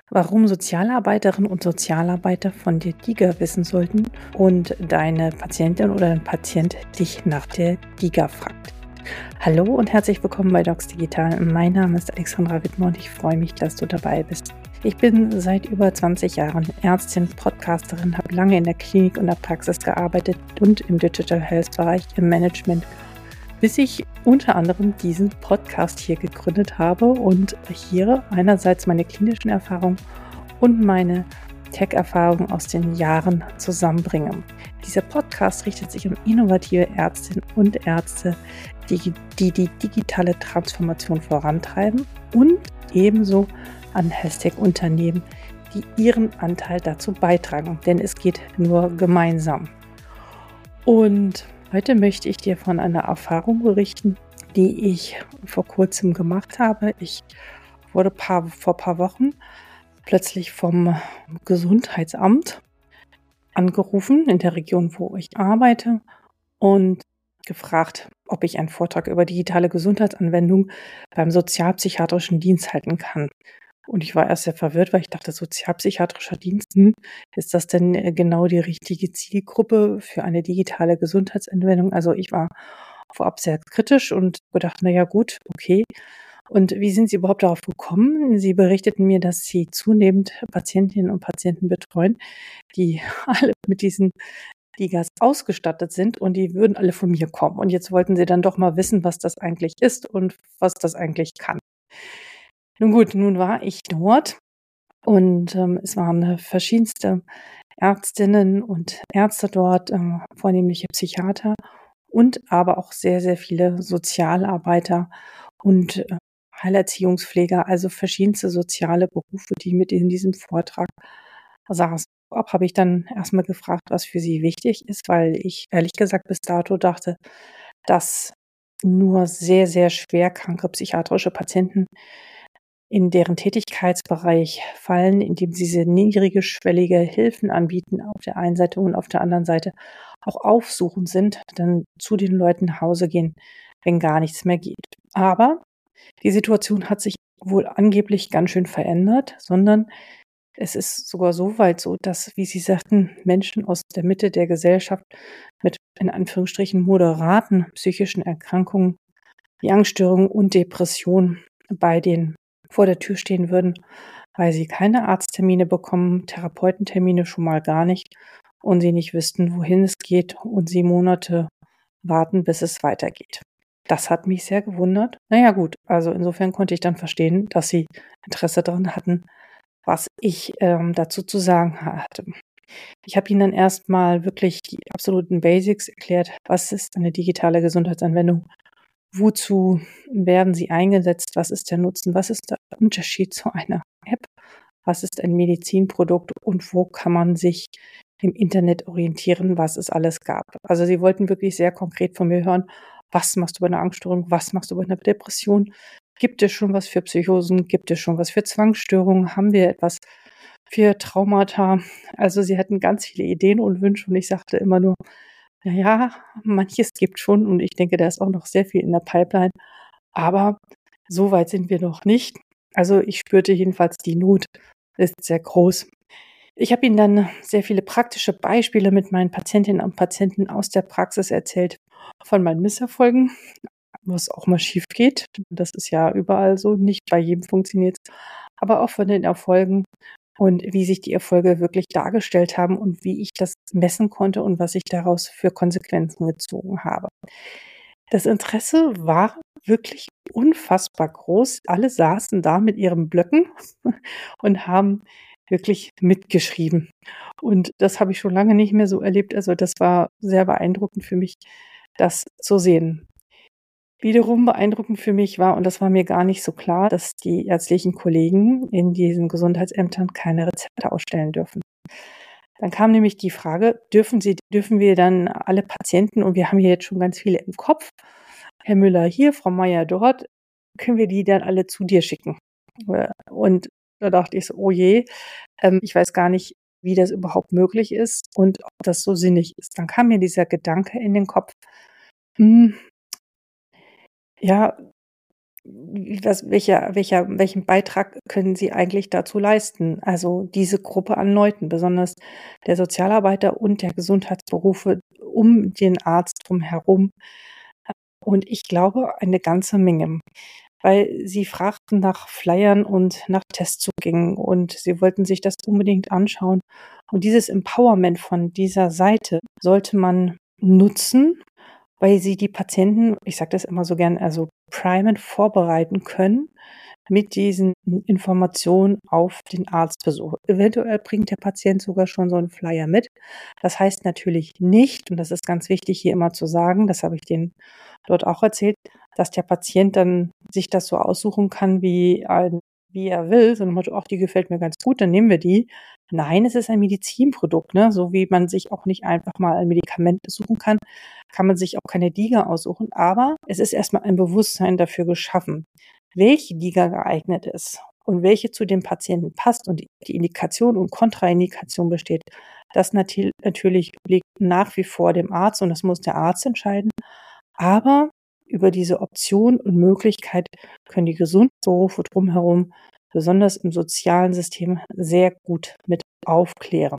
Warum Sozialarbeiterinnen und Sozialarbeiter von der DiGA wissen sollten und deine Patientin oder dein Patient dich nach der DiGA fragt. Hallo und herzlich willkommen bei Docs Digital. Mein Name ist Alexandra Wittmer und ich freue mich, dass du dabei bist. Ich bin seit über 20 Jahren Ärztin, Podcasterin, habe lange in der Klinik und der Praxis gearbeitet und im Digital Health Bereich im Management, bis ich unter anderem diesen Podcast hier gegründet habe und hier einerseits meine klinischen Erfahrungen und meine Tech-Erfahrungen aus den Jahren zusammenbringe. Dieser Podcast richtet sich um innovative Ärztinnen und Ärzte, die digitale Transformation vorantreiben und ebenso an Health-Tech-Unternehmen, die ihren Anteil dazu beitragen, denn es geht nur gemeinsam. Und heute möchte ich dir von einer Erfahrung berichten, die ich vor kurzem gemacht habe. Ich wurde vor ein paar Wochen plötzlich vom Gesundheitsamt angerufen in der Region, wo ich arbeite, und gefragt, ob ich einen Vortrag über digitale Gesundheitsanwendung beim sozialpsychiatrischen Dienst halten kann. Und ich war erst sehr verwirrt, weil ich dachte, sozialpsychiatrischer Dienst, ist das denn genau die richtige Zielgruppe für eine digitale Gesundheitsanwendung? Also ich war vorab sehr kritisch und gedacht, naja gut, okay. Und wie sind Sie überhaupt darauf gekommen? Sie berichteten mir, dass Sie zunehmend Patientinnen und Patienten betreuen, die alle mit diesen DiGAs ausgestattet sind und die würden alle von mir kommen. Und jetzt wollten Sie dann doch mal wissen, was das eigentlich ist und was das eigentlich kann. Nun gut, nun war ich dort und es waren verschiedenste Ärztinnen und Ärzte dort, vornehmlich Psychiater und aber auch sehr, sehr viele Sozialarbeiter und Heilerziehungspfleger, also verschiedenste soziale Berufe, die mit in diesem Vortrag saßen. Vorab habe ich dann erstmal gefragt, was für sie wichtig ist, weil ich ehrlich gesagt bis dato dachte, dass nur sehr, sehr schwer kranke psychiatrische Patienten in deren Tätigkeitsbereich fallen, indem sie diese niedrigschwellige Hilfen anbieten auf der einen Seite und auf der anderen Seite auch aufsuchend sind, dann zu den Leuten nach Hause gehen, wenn gar nichts mehr geht. Aber die Situation hat sich wohl angeblich ganz schön verändert, sondern es ist sogar so weit so, dass, wie Sie sagten, Menschen aus der Mitte der Gesellschaft mit in Anführungsstrichen moderaten psychischen Erkrankungen wie Angststörungen und Depressionen bei denen vor der Tür stehen würden, weil sie keine Arzttermine bekommen, Therapeutentermine schon mal gar nicht und sie nicht wüssten, wohin es geht und sie Monate warten, bis es weitergeht. Das hat mich sehr gewundert. Naja gut, also insofern konnte ich dann verstehen, dass sie Interesse daran hatten, was ich dazu zu sagen hatte. Ich habe ihnen dann erstmal wirklich die absoluten Basics erklärt. Was ist eine digitale Gesundheitsanwendung? Wozu werden sie eingesetzt? Was ist der Nutzen? Was ist der Unterschied zu einer App? Was ist ein Medizinprodukt und wo kann man sich im Internet orientieren, was es alles gab? Also sie wollten wirklich sehr konkret von mir hören, was machst du bei einer Angststörung? Was machst du bei einer Depression? Gibt es schon was für Psychosen? Gibt es schon was für Zwangsstörungen? Haben wir etwas für Traumata? Also sie hatten ganz viele Ideen und Wünsche und ich sagte immer nur, ja, manches gibt schon und ich denke, da ist auch noch sehr viel in der Pipeline, aber so weit sind wir noch nicht. Also ich spürte jedenfalls, die Not ist sehr groß. Ich habe Ihnen dann sehr viele praktische Beispiele mit meinen Patientinnen und Patienten aus der Praxis erzählt, von meinen Misserfolgen, was auch mal schief geht. Das ist ja überall so, nicht bei jedem funktioniert es, aber auch von den Erfolgen und wie sich die Erfolge wirklich dargestellt haben und wie ich das messen konnte und was ich daraus für Konsequenzen gezogen habe. Das Interesse war wirklich unfassbar groß. Alle saßen da mit ihren Blöcken und haben wirklich mitgeschrieben. Und das habe ich schon lange nicht mehr so erlebt. Also das war sehr beeindruckend für mich, das zu sehen. Wiederum beeindruckend für mich war, und das war mir gar nicht so klar, dass die ärztlichen Kollegen in diesen Gesundheitsämtern keine Rezepte ausstellen dürfen. Dann kam nämlich die Frage, dürfen wir dann alle Patienten, und wir haben hier jetzt schon ganz viele im Kopf, Herr Müller hier, Frau Meier dort, können wir die dann alle zu dir schicken? Und da dachte ich so, oh je, ich weiß gar nicht, wie das überhaupt möglich ist und ob das so sinnig ist. Dann kam mir dieser Gedanke in den Kopf, ja, welchen Beitrag können Sie eigentlich dazu leisten? Also diese Gruppe an Leuten, besonders der Sozialarbeiter und der Gesundheitsberufe um den Arzt drumherum. Und ich glaube, eine ganze Menge, weil sie fragten nach Flyern und nach Testzugängen und sie wollten sich das unbedingt anschauen. Und dieses Empowerment von dieser Seite sollte man nutzen, weil sie die Patienten, ich sage das immer so gern, also primen, vorbereiten können mit diesen Informationen auf den Arztbesuch. Eventuell bringt der Patient sogar schon so einen Flyer mit. Das heißt natürlich nicht, und das ist ganz wichtig hier immer zu sagen, das habe ich denen dort auch erzählt, dass der Patient dann sich das so aussuchen kann, wie er will, so nach dem Motto: „Ach, die gefällt mir ganz gut, dann nehmen wir die.“ Nein, es ist ein Medizinprodukt, ne? So wie man sich auch nicht einfach mal ein Medikament suchen kann, kann man sich auch keine DIGA aussuchen, aber es ist erst mal ein Bewusstsein dafür geschaffen, welche DIGA geeignet ist und welche zu dem Patienten passt und die Indikation und Kontraindikation besteht. Das natürlich liegt nach wie vor dem Arzt und das muss der Arzt entscheiden. Aber über diese Option und Möglichkeit können die Gesundheitsberufe drumherum, besonders im sozialen System, sehr gut mit aufklären.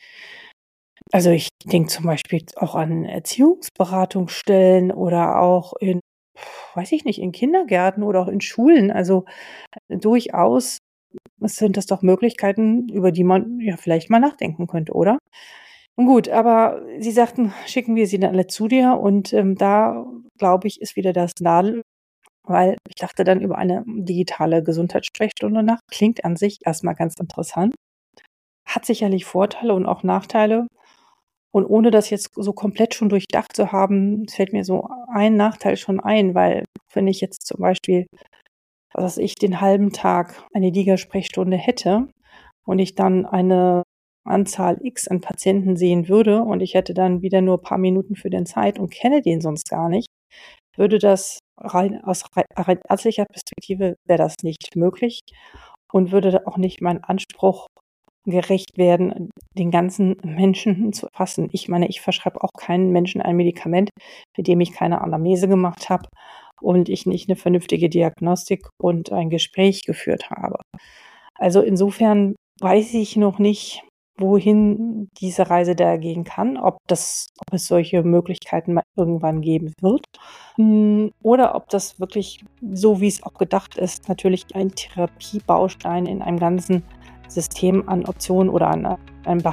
Also ich denke zum Beispiel auch an Erziehungsberatungsstellen oder auch weiß ich nicht, in Kindergärten oder auch in Schulen. Also durchaus sind das doch Möglichkeiten, über die man ja vielleicht mal nachdenken könnte, oder? Nun gut, aber sie sagten: „Schicken wir sie dann alle zu dir?“ Und, da, glaube ich, ist wieder das Nadelöhr, weil ich dachte dann über eine digitale Gesundheitssprechstunde nach. Klingt an sich erst mal ganz interessant, hat sicherlich Vorteile und auch Nachteile. Und ohne das jetzt so komplett schon durchdacht zu haben, fällt mir so ein Nachteil schon ein, weil wenn ich jetzt zum Beispiel, was weiß ich, den halben Tag eine DiGA-Sprechstunde hätte und ich dann eine Anzahl X an Patienten sehen würde und ich hätte dann wieder nur paar Minuten für den Zeit und kenne den sonst gar nicht, würde das rein ärztlicher Perspektive wäre das nicht möglich und würde auch nicht meinem Anspruch gerecht werden, den ganzen Menschen zu erfassen. Ich meine, ich verschreibe auch keinen Menschen ein Medikament, mit dem ich keine Anamnese gemacht habe und ich nicht eine vernünftige Diagnostik und ein Gespräch geführt habe. Also insofern weiß ich noch nicht, wohin diese Reise da gehen kann, ob es solche Möglichkeiten mal irgendwann geben wird, oder ob das wirklich, so wie es auch gedacht ist, natürlich ein Therapiebaustein in einem ganzen System an Optionen oder an einem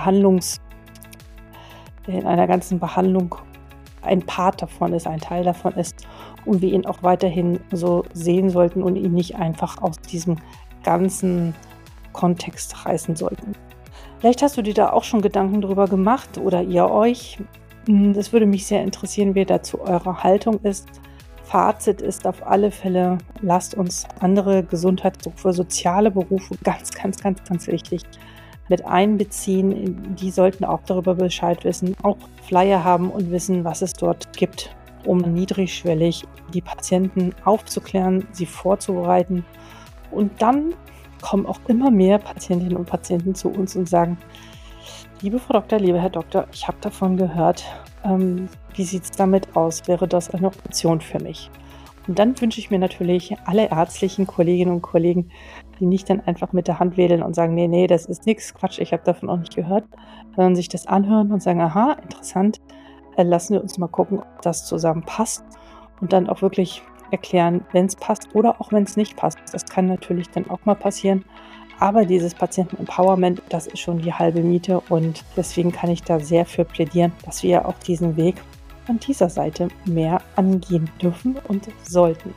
in einer ganzen Behandlung ein Part davon ist, ein Teil davon ist und wir ihn auch weiterhin so sehen sollten und ihn nicht einfach aus diesem ganzen Kontext reißen sollten. Vielleicht hast du dir da auch schon Gedanken drüber gemacht oder ihr euch. Das würde mich sehr interessieren, wie dazu eure Haltung ist. Fazit ist auf alle Fälle, lasst uns andere Gesundheitsberufe, soziale Berufe, ganz, ganz, ganz, ganz wichtig, mit einbeziehen. Die sollten auch darüber Bescheid wissen, auch Flyer haben und wissen, was es dort gibt, um niedrigschwellig die Patienten aufzuklären, sie vorzubereiten. Und dann kommen auch immer mehr Patientinnen und Patienten zu uns und sagen: „Liebe Frau Doktor, lieber Herr Doktor, ich habe davon gehört. Wie sieht es damit aus? Wäre das eine Option für mich?“ Und dann wünsche ich mir natürlich alle ärztlichen Kolleginnen und Kollegen, die nicht dann einfach mit der Hand wedeln und sagen: „Nee, das ist nix, Quatsch, ich habe davon auch nicht gehört“, sondern sich das anhören und sagen: „Aha, interessant, lassen wir uns mal gucken, ob das zusammen passt.“ Und dann auch wirklich erklären, wenn es passt oder auch wenn es nicht passt. Das kann natürlich dann auch mal passieren. Aber dieses Patienten-Empowerment, das ist schon die halbe Miete und deswegen kann ich da sehr für plädieren, dass wir auch diesen Weg von dieser Seite mehr angehen dürfen und sollten.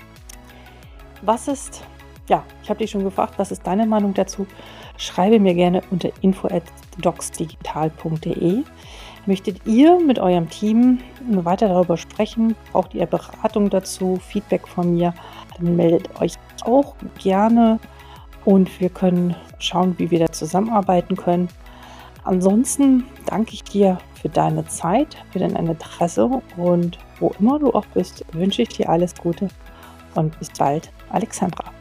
Ich habe dich schon gefragt, was ist deine Meinung dazu? Schreibe mir gerne unter info@docsdigital.de. Möchtet ihr mit eurem Team weiter darüber sprechen? Braucht ihr Beratung dazu, Feedback von mir? Dann meldet euch auch gerne und wir können schauen, wie wir da zusammenarbeiten können. Ansonsten danke ich dir für deine Zeit, für dein Interesse und wo immer du auch bist, wünsche ich dir alles Gute und bis bald, Alexandra.